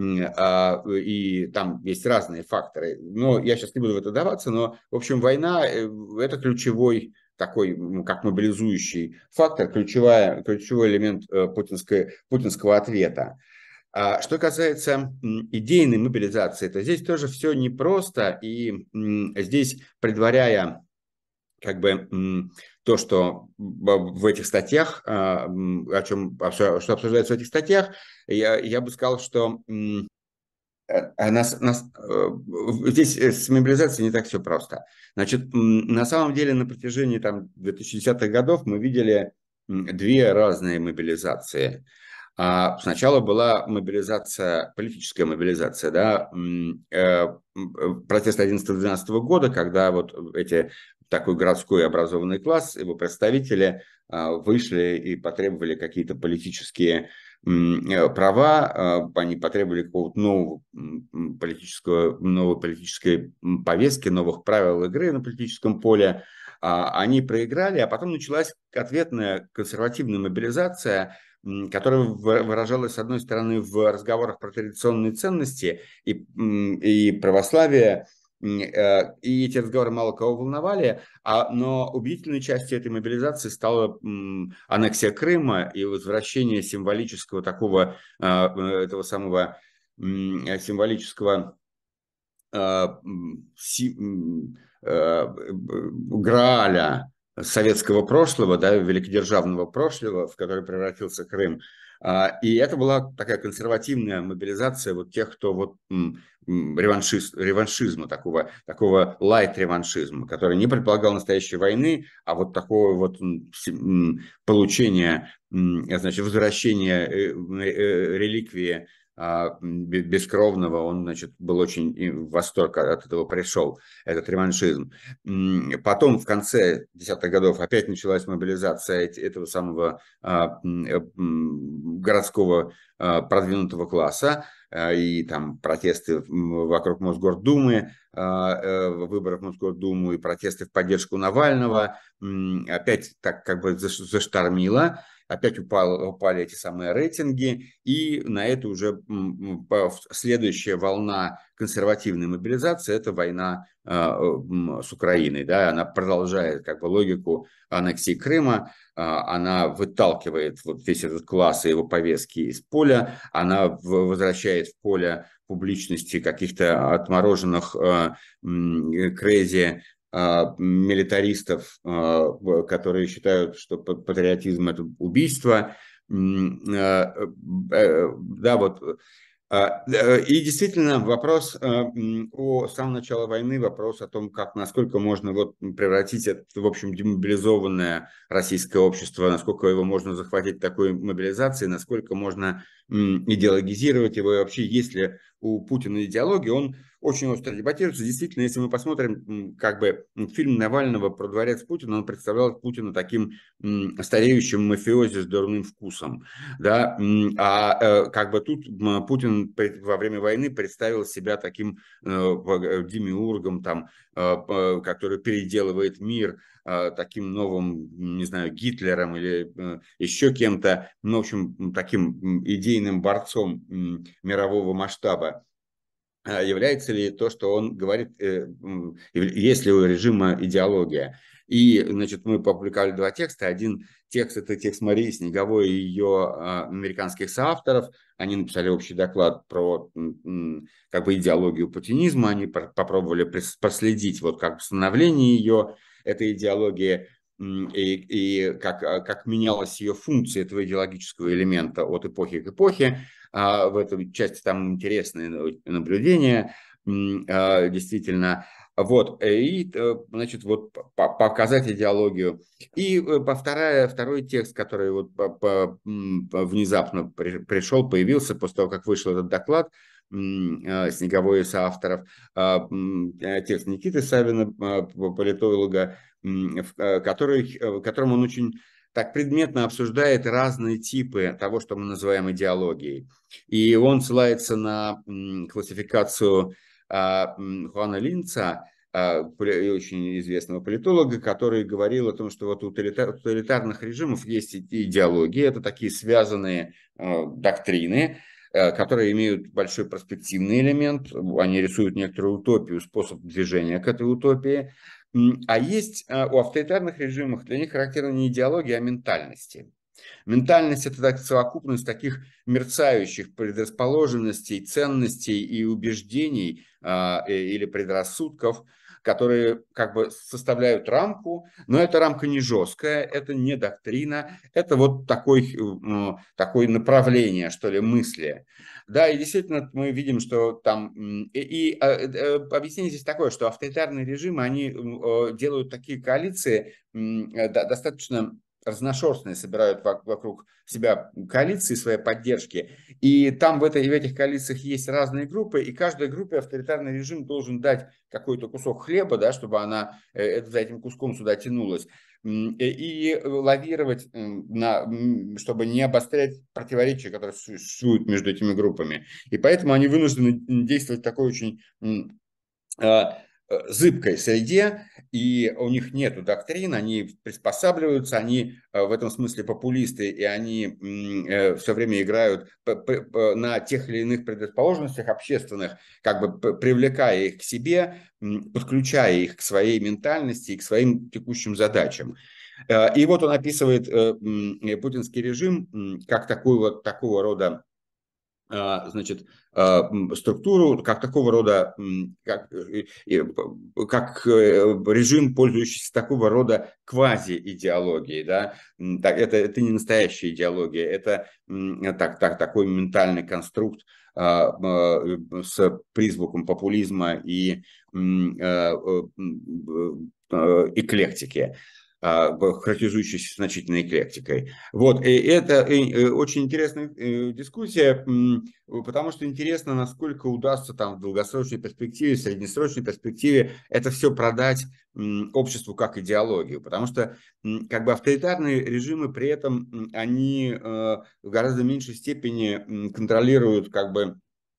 И там есть разные факторы. Но я сейчас не буду в это даваться. Но, в общем, война – это ключевой такой, как мобилизующий фактор, ключевая, ключевой элемент путинской, путинского ответа. А что касается идейной мобилизации, то здесь тоже все непросто, и здесь, предваряя как бы то, что в этих статьях, о чем что обсуждается в этих статьях, я, я бы сказал, что а нас, нас, э, здесь э, с мобилизацией не так все просто. Значит, на самом деле на протяжении там, двухтысячных годов мы видели две разные мобилизации. А сначала была мобилизация, политическая мобилизация, да, э, э, протест одиннадцатого-двенадцатого года, когда вот эти такой городской образованный класс, его представители а, вышли и потребовали какие-то политические э, права, э, они потребовали какого-то нового политического, новой политической повестки, новых правил игры на политическом поле. А, они проиграли, а потом началась ответная консервативная мобилизация, которая выражалась, с одной стороны, в разговорах про традиционные ценности и, и православие, э, и эти разговоры мало кого волновали, а, но убедительной частью этой мобилизации стала аннексия Крыма и возвращение символического такого, а, этого самого символического а, си, а, Грааля советского прошлого, да, великодержавного прошлого, в который превратился Крым. А, И это была такая консервативная мобилизация вот тех, кто вот реваншиз, реваншизма, такого, такого лайт-реваншизма, который не предполагал настоящей войны, а вот такого вот получения, значит, возвращения э, э, реликвии бескровного, он, значит, был очень в восторг от этого пришел, этот реваншизм. Потом в конце десятых годов опять началась мобилизация этого самого городского продвинутого класса, и там протесты вокруг Мосгордумы, выборов в Мосгордуму, и протесты в поддержку Навального. Опять так как бы заштормило. Опять упал, упали эти самые рейтинги, и на это уже следующая волна консервативной мобилизации – это война с Украиной. Да, она продолжает как бы логику аннексии Крыма, она выталкивает вот весь этот класс и его повестки из поля, она возвращает в поле публичности каких-то отмороженных крейзи милитаристов, которые считают, что патриотизм – это убийство. Да, вот А, э, И действительно, вопрос э, м, о с самого начала войны, вопрос о том, как, насколько можно вот превратить это, в общем, демобилизованное российское общество, насколько его можно захватить такой мобилизацией, насколько можно м, идеологизировать его, и вообще, есть ли у Путина идеология, он очень остро дебатируется. Действительно, если мы посмотрим м, как бы м, фильм Навального про дворец Путина, он представлял Путина таким м, стареющим мафиози с дурным вкусом. Да, а э, как бы тут Путин во время войны представил себя таким э, э, демиургом, там, э, который переделывает мир, э, таким новым, не знаю, Гитлером или э, еще кем-то, ну, в общем, таким идейным борцом мирового масштаба. А является ли то, что он говорит, э, есть ли у режима идеология. И, значит, мы опубликовали два текста. Один текст – это текст Марии Снеговой и ее а, американских соавторов. Они написали общий доклад про как бы идеологию путинизма. Они попробовали проследить вот как становление ее, этой идеологии, и, и как, а, как менялась ее функция этого идеологического элемента от эпохи к эпохе. А в этой части там интересные наблюдения, а, действительно. Вот, и, э, значит, вот показать идеологию. И э, по вторая, второй текст, который вот по, по, внезапно при, пришел, появился после того, как вышел этот доклад, э, Снеговой и соавторов, а, э, текст Никиты Савина, политолога, в который, в котором он очень так предметно обсуждает разные типы того, что мы называем идеологией. И он ссылается на м, классификацию а, м, Хуана Линца, а, очень известного политолога, который говорил о том, что вот у тоталитар, тоталитарных режимов есть идеологии, это такие связанные э, доктрины, э, которые имеют большой перспективный элемент, они рисуют некоторую утопию, способ движения к этой утопии. А есть а, у авторитарных режимов, для них характерна не идеология, а ментальности. Ментальность – это так, совокупность таких мерцающих предрасположенностей, ценностей и убеждений а, э, или предрассудков, которые как бы составляют рамку, но эта рамка не жесткая, это не доктрина, это вот такой, ну, такое направление, что ли, мысли. Да, и действительно мы видим, что там… И, и а, э, объяснение здесь такое, что авторитарные режимы, они э, делают такие коалиции э, достаточно разношерстные, собирают вокруг себя коалиции своей поддержки, и там в, этой, в этих коалициях есть разные группы, и каждой группе авторитарный режим должен дать какой-то кусок хлеба, да, чтобы она э, за этим куском сюда тянулась, и лавировать, на, чтобы не обострять противоречия, которые существуют между этими группами. И поэтому они вынуждены действовать в такой очень зыбкой среде, и у них нет доктрин, они приспосабливаются, они в этом смысле популисты, и они все время играют на тех или иных предрасположенностях общественных, как бы привлекая их к себе, подключая их к своей ментальности и к своим текущим задачам. И вот он описывает путинский режим как такой вот, такого рода, значит, структуру, как такого рода, как, как режим, пользующийся такого рода квази-идеологией. Да? Так, это, это не настоящая идеология, это так, так, такой ментальный конструкт с призвуком популизма и эклектики, характеризующейся значительной эклектикой. Вот, и это очень интересная дискуссия, потому что интересно, насколько удастся там в долгосрочной перспективе, в среднесрочной перспективе это все продать обществу как идеологию, потому что как бы авторитарные режимы при этом, они в гораздо меньшей степени контролируют как бы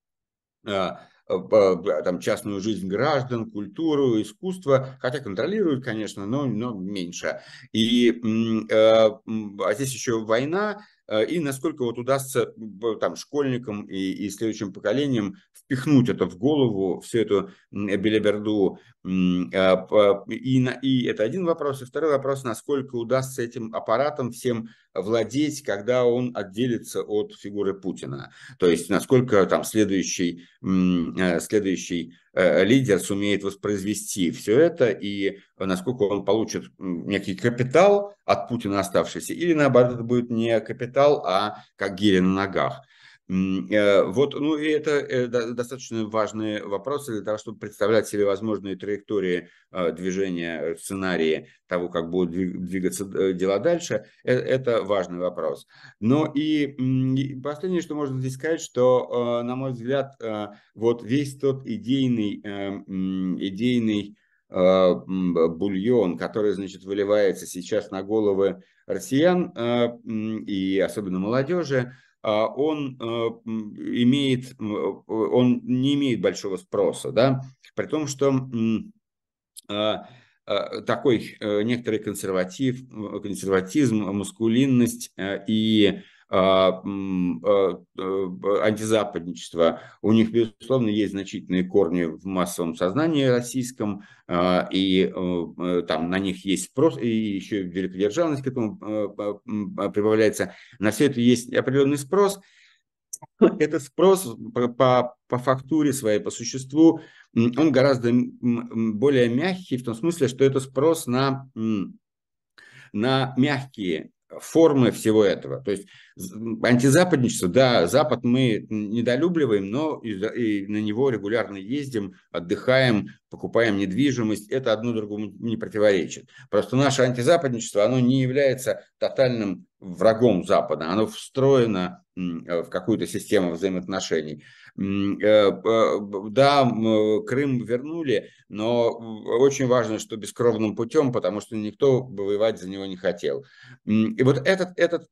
там, частную жизнь граждан, культуру, искусство, хотя контролируют, конечно, но, но меньше. И а здесь еще война, и насколько вот удастся там, школьникам и, и следующим поколениям впихнуть это в голову, всю эту белиберду. И, и это один вопрос. И второй вопрос, насколько удастся этим аппаратом всем владеть, когда он отделится от фигуры Путина. То есть, насколько там следующий, следующий лидер сумеет воспроизвести все это, и насколько он получит некий капитал от Путина оставшийся, или наоборот, это будет не капитал, а как гири на ногах. Вот, ну и это достаточно важные вопросы для того, чтобы представлять себе возможные траектории движения, сценарии того, как будут двигаться дела дальше. Это важный вопрос. Но и последнее, что можно здесь сказать, что, на мой взгляд, вот весь тот идейный, идейный бульон, который, значит, выливается сейчас на головы россиян и особенно молодежи, он имеет, он не имеет большого спроса, да, при том, что такой некоторый консерватив, консерватизм, маскулинность и антизападничество. У них, безусловно, есть значительные корни в массовом сознании российском, и там на них есть спрос, и еще великодержавность к этому прибавляется. На все это есть определенный спрос. Этот спрос по, по, по фактуре своей, по существу, он гораздо более мягкий, в том смысле, что это спрос на, на мягкие формы всего этого. То есть антизападничество, да, Запад мы недолюбливаем, но и, и на него регулярно ездим, отдыхаем, покупаем недвижимость. Это одно другому не противоречит. Просто наше антизападничество, оно не является тотальным врагом Запада. Оно встроено в какую-то систему взаимоотношений. Да, Крым вернули, но очень важно, что бескровным путем, потому что никто воевать за него не хотел. И вот этот, этот,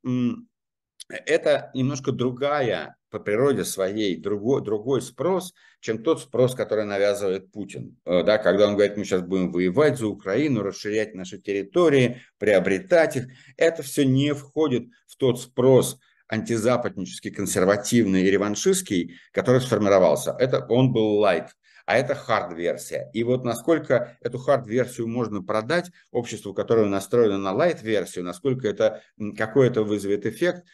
это немножко другая по природе своей, другой, другой спрос, чем тот спрос, который навязывает Путин. Да, когда он говорит, мы сейчас будем воевать за Украину, расширять наши территории, приобретать их. Это все не входит в тот спрос антизападнический, консервативный и реваншистский, который сформировался. Это он был лайт. А это хард-версия. И вот насколько эту хард-версию можно продать обществу, которое настроено на лайт-версию, насколько это, какой это вызовет эффект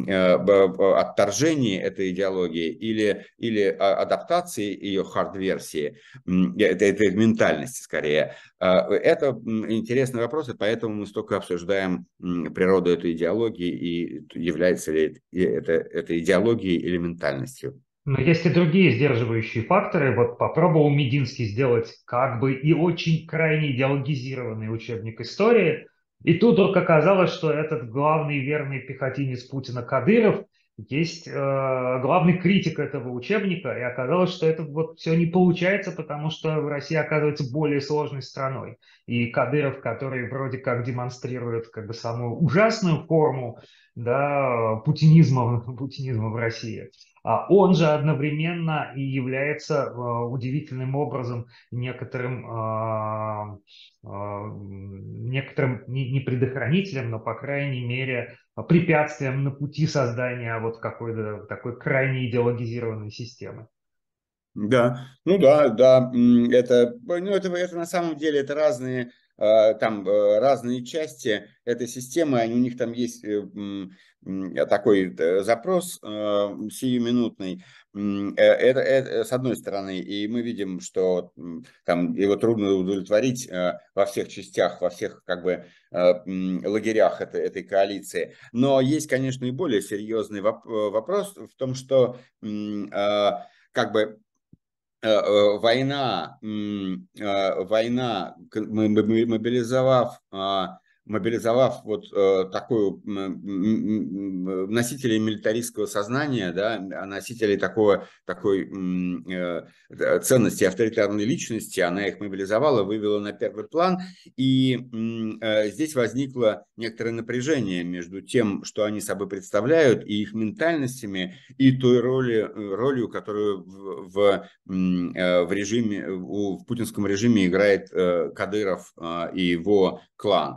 отторжения этой идеологии или, или адаптации ее хард-версии, этой, этой ментальности скорее. Это интересный вопрос, и поэтому мы столько обсуждаем природу этой идеологии и является ли это, эта идеологией или ментальностью. Но есть и другие сдерживающие факторы. Вот попробовал Мединский сделать как бы и очень крайне идеологизированный учебник истории. И тут вдруг оказалось, что этот главный верный пехотинец Путина Кадыров есть э, главный критик этого учебника. И оказалось, что это вот все не получается, потому что Россия оказывается более сложной страной. И Кадыров, который вроде как демонстрирует как бы самую ужасную форму, да, путинизма, путинизма в России, а он же одновременно и является э, удивительным образом некоторым, э, э, некоторым не, не предохранителем, но, по крайней мере, препятствием на пути создания вот какой-то такой крайне идеологизированной системы. Да, ну да, да, это, ну это, это на самом деле это разные, там разные части этой системы, они, у них там есть такой запрос сиюминутный, это, это с одной стороны, и мы видим, что там его трудно удовлетворить во всех частях, во всех как бы лагерях этой, этой коалиции, но есть, конечно, и более серьезный вопрос в том, что как бы война, война, мобилизовав, мобилизовав вот такую носителей милитаристского сознания, да, носителей такого, такой ценности авторитарной личности, она их мобилизовала, вывела на первый план, и здесь возникло некоторое напряжение между тем, что они собой представляют, и их ментальностями, и той роли, ролью, которую в, в в режиме, в путинском режиме играет Кадыров и его клан.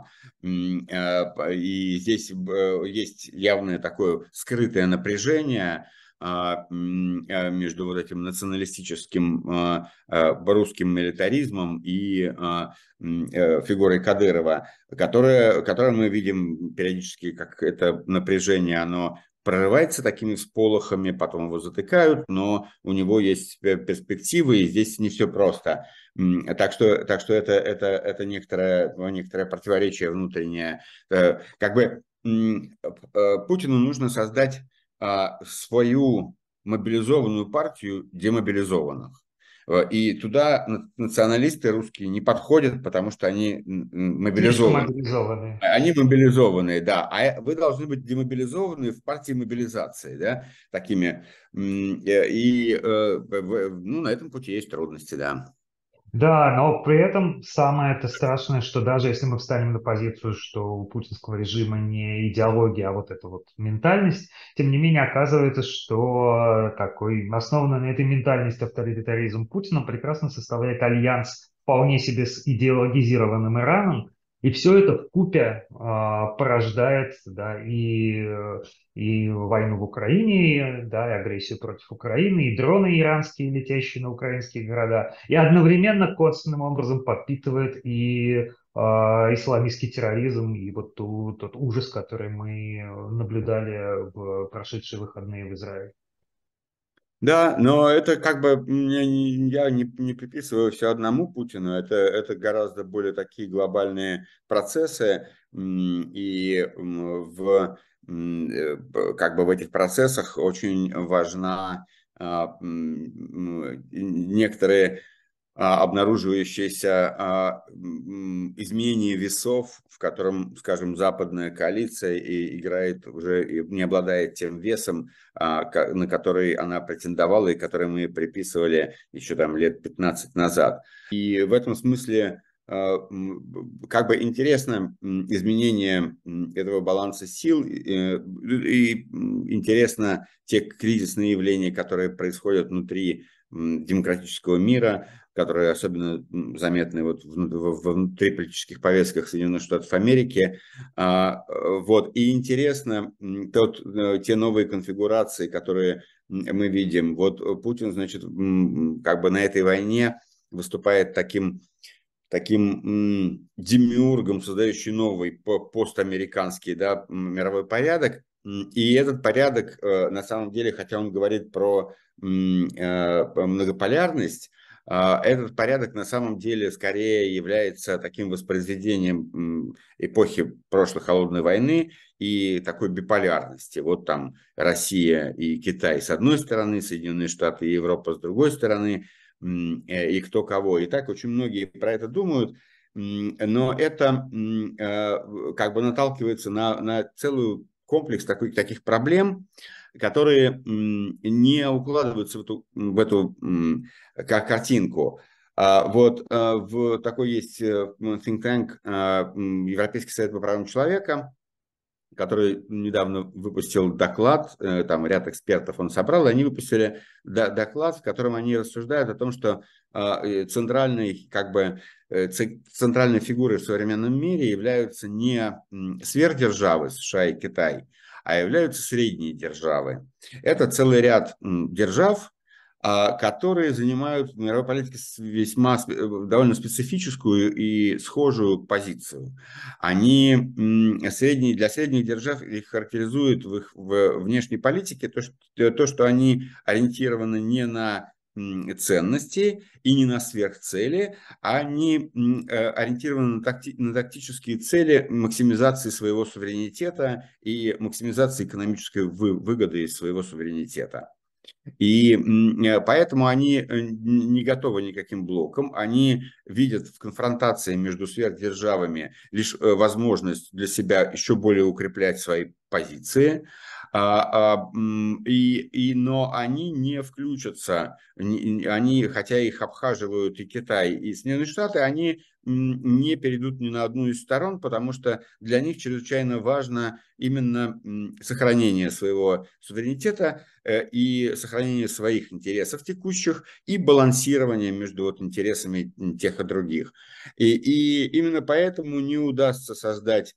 И здесь есть явное такое скрытое напряжение между вот этим националистическим русским милитаризмом и фигурой Кадырова, которое, которое мы видим периодически, как это напряжение, оно прорывается такими всполохами, потом его затыкают, но у него есть перспективы, и здесь не все просто. Так что, так что это, это, это некоторое, некоторое противоречие внутреннее. Как бы Путину нужно создать а, свою мобилизованную партию демобилизованных. Э, И туда на- националисты русские не подходят, потому что они м, м, Слишком мобилизованы. мобилизованные. Они мобилизованные, да. А вы должны быть демобилизованы в партии мобилизации, да, такими. М, э, И, э, в- в- ну, на этом пути есть трудности, да. Да, но при этом самое это страшное, что даже если мы встанем на позицию, что у путинского режима не идеология, а вот эта вот ментальность, тем не менее оказывается, что такой основанный на этой ментальности авторитаризм Путина прекрасно составляет альянс вполне себе с идеологизированным Ираном, и все это вкупе а, порождает, да, и э, и войну в Украине, да, и агрессию против Украины, и дроны иранские, летящие на украинские города, и одновременно косвенным образом подпитывает и э, исламистский терроризм, и вот ту, тот ужас, который мы наблюдали в прошедшие выходные в Израиле. Да, но это как бы мне не- я не, не приписываю все одному Путину, это, это гораздо более такие глобальные процессы, м, и м, в, м, э, б- как бы в этих процессах очень важна а, м, м, некоторые а, обнаруживающееся а, м, изменение весов, в котором, скажем, западная коалиция и играет уже, и не обладает тем весом, а, ко- на который она претендовала и который мы приписывали еще там лет пятнадцать назад. И в этом смысле а, м, как бы интересно м, изменение м, этого баланса сил, э, и м, интересно те кризисные явления, которые происходят внутри м, демократического мира, которые особенно заметны вот в внутриполитических повестках Соединенных Штатов Америки. А, э, Вот. И интересно, м, тот, э, те новые конфигурации, которые м, мы видим. Вот э, Путин, значит, м, как бы на этой войне выступает таким таким м, демиургом, создающий новый по- постамериканский, да, м, мировой порядок. М, И этот порядок, э, на самом деле, хотя он говорит про м, э, многополярность, а, этот порядок на самом деле скорее является таким воспроизведением м, эпохи прошлой холодной войны и такой биполярности. Вот там Россия и Китай с одной стороны, Соединенные Штаты и Европа с другой стороны, э, и кто кого. И так очень многие про это думают, но это э, как бы наталкивается на, на целый комплекс такой, таких проблем, которые не укладываются в эту, в эту как картинку. А Вот э, в такой есть э, think tank э, Европейский совет по правам человека, который недавно выпустил доклад, э, там ряд экспертов он собрал, и они выпустили доклад, в котором они рассуждают о том, что а, э, центральной, как бы, э, центральной фигурой в современном мире являются не сверхдержавы США и Китай, а являются средние державы. Это целый ряд держав, а, которые занимают в мировой политике весьма э, довольно специфическую и схожую позицию. Они средние, для средних держав их характеризуют в их в внешней политике то, что, то, что они ориентированы не на ценности и не на сверхцели, а они э, ориентированы на, такти, на тактические цели максимизации своего суверенитета и максимизации экономической вы, выгоды из своего суверенитета. И э, поэтому они э, не готовы никаким блокам, они видят в конфронтации между сверхдержавами лишь э, возможность для себя еще более укреплять свои позиции, а, а, и, и, но они не включатся, они, хотя их обхаживают и Китай, и Соединенные Штаты, они не перейдут ни на одну из сторон, потому что для них чрезвычайно важно именно сохранение своего суверенитета и сохранение своих интересов текущих и балансирование между вот интересами тех и других. И, и именно поэтому не удастся создать,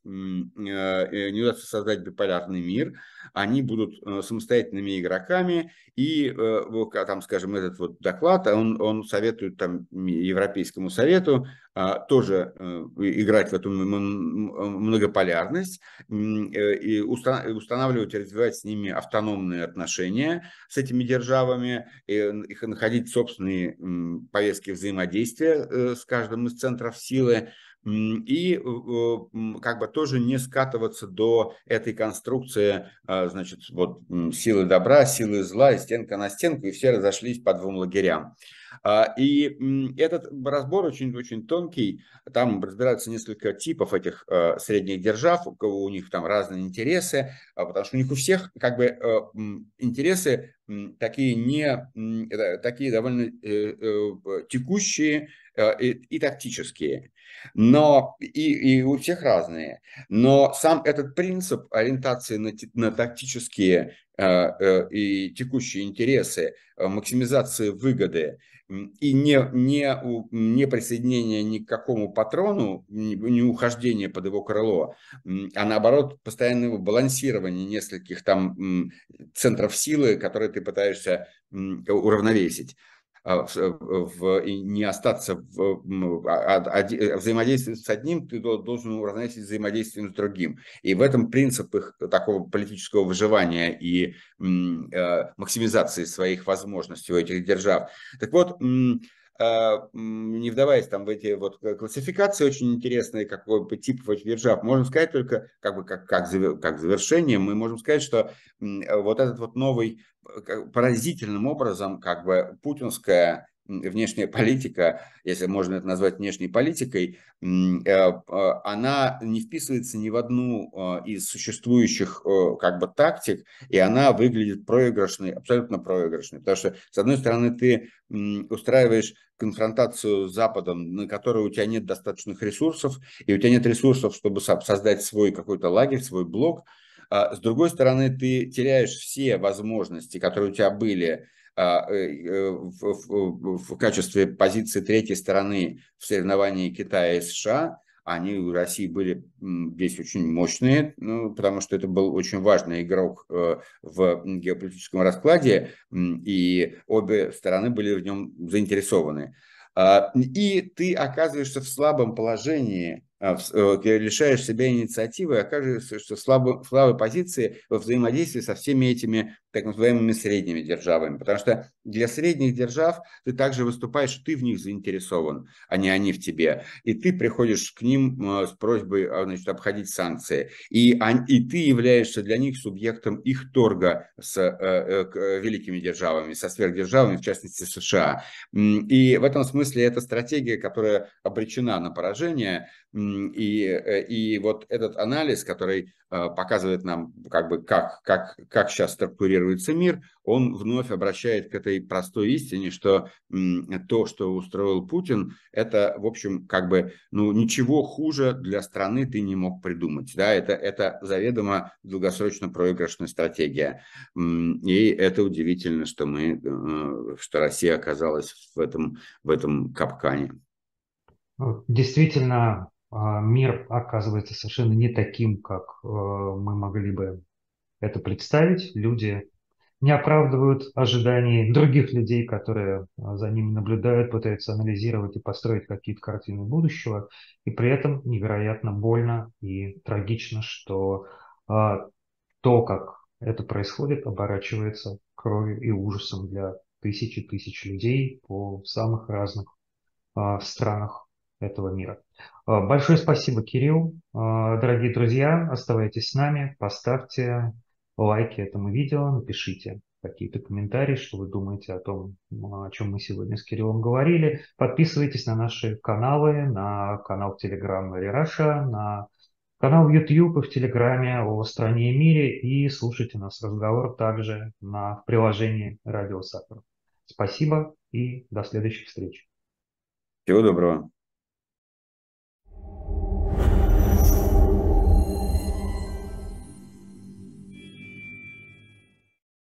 не удастся создать биполярный мир, они будут самостоятельными игроками, и там, скажем, этот вот доклад, он, он советует там Европейскому совету тоже играть в эту многополярность, и устанавливать и развивать с ними автономные отношения с этими державами, и их находить собственные повестки взаимодействия с каждым из центров силы, и как бы тоже не скатываться до этой конструкции, значит, вот силы добра, силы зла, и стенка на стенку, и все разошлись по двум лагерям. И этот разбор очень-очень тонкий, там разбираются несколько типов этих средних держав, у кого у них там разные интересы, потому что у них у всех как бы интересы такие не такие довольно текущие и, и тактические, но и, и у всех разные. Но сам этот принцип ориентации на, на тактические и текущие интересы, максимизации выгоды и не, не, не присоединение ни к какому патрону, не ухождение под его крыло, а наоборот постоянного балансирования нескольких там центров силы, которые ты пытаешься уравновесить. В, и не остаться в, в, в взаимодействии с одним, ты должен уравновесить взаимодействием с другим. И в этом принцип их такого политического выживания и э, максимизации своих возможностей у этих держав. Так вот, не вдаваясь там в эти вот классификации очень интересные, какой бы тип этих держав, можем сказать только как бы как, как, как завершение, мы можем сказать, что вот этот вот новый поразительным образом как бы путинская внешняя политика, если можно это назвать внешней политикой, она не вписывается ни в одну из существующих как бы тактик, и она выглядит проигрышной, абсолютно проигрышной. Потому что, с одной стороны, ты устраиваешь конфронтацию с Западом, на которой у тебя нет достаточных ресурсов, и у тебя нет ресурсов, чтобы создать свой какой-то лагерь, свой блок. С другой стороны, ты теряешь все возможности, которые у тебя были в, в, в качестве позиции третьей стороны в соревновании Китая и США. Они у России были здесь очень мощные, ну, потому что это был очень важный игрок в геополитическом раскладе, и обе стороны были в нем заинтересованы. И ты оказываешься в слабом положении, лишаешь себя инициативы, оказываешься в слабой, в слабой позиции во взаимодействии со всеми этими так называемыми средними державами. Потому что для средних держав ты также выступаешь, ты в них заинтересован, а не они в тебе. И ты приходишь к ним с просьбой, значит, обходить санкции. И, и ты являешься для них субъектом их торга с э, э, великими державами, со сверхдержавами, в частности США. И в этом смысле это стратегия, которая обречена на поражение. И, и вот этот анализ, который показывает нам, как бы, как, как, как сейчас структурируется мир, он вновь обращает к этой простой истине, что то, что устроил Путин, это, в общем, как бы, ну, ничего хуже для страны ты не мог придумать. Да? Это, это заведомо долгосрочно проигрышная стратегия. И это удивительно, что мы, что Россия оказалась в этом, в этом капкане. Действительно, мир оказывается совершенно не таким, как мы могли бы это представить. Люди не оправдывают ожиданий других людей, которые за ними наблюдают, пытаются анализировать и построить какие-то картины будущего. И при этом невероятно больно и трагично, что то, как это происходит, оборачивается кровью и ужасом для тысяч и тысяч людей по самых разных странах этого мира. Большое спасибо, Кирилл. Дорогие друзья, оставайтесь с нами, поставьте лайки этому видео, напишите какие-то комментарии, что вы думаете о том, о чем мы сегодня с Кириллом говорили. Подписывайтесь на наши каналы, на канал в Telegram Мэри Раша, на канал в YouTube и в Телеграме о стране и мире, и слушайте нас разговор также на в приложении Радио Сахар. Спасибо и до следующих встреч. Всего доброго.